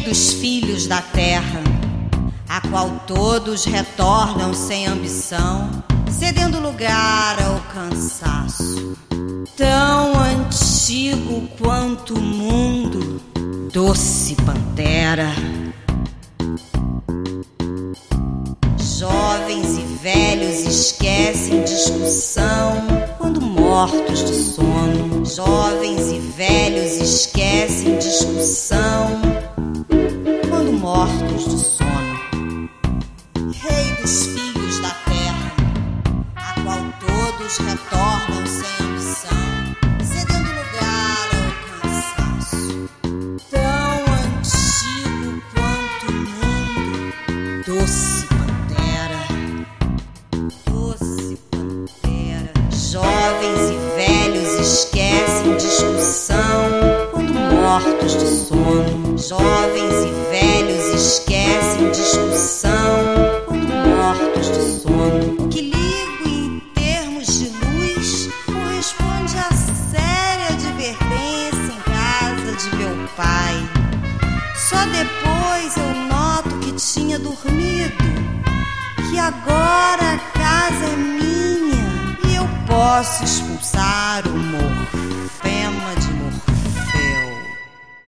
dos filhos da terra, a qual todos retornam sem ambição, cedendo lugar ao cansaço. Tão antigo quanto o mundo, doce pantera. Jovens e velhos esquecem discussão quando mortos de sono. Jovens e velhos esquecem discussão quando mortos de sono. Rei dos filhos da terra, a qual todos retornam sem ambição, cedendo lugar ao cansaço. Tão antigo quanto o mundo, doce pantera. Doce pantera. Jovens e velhos esquecem discussão quando mortos de sono. Jovens e velhos esquecem discussão quando mortos de sono. O que ligo em termos de luz corresponde à séria advertência em casa de meu pai. Só depois eu noto que tinha dormido, que agora a casa é minha e eu posso expulsar o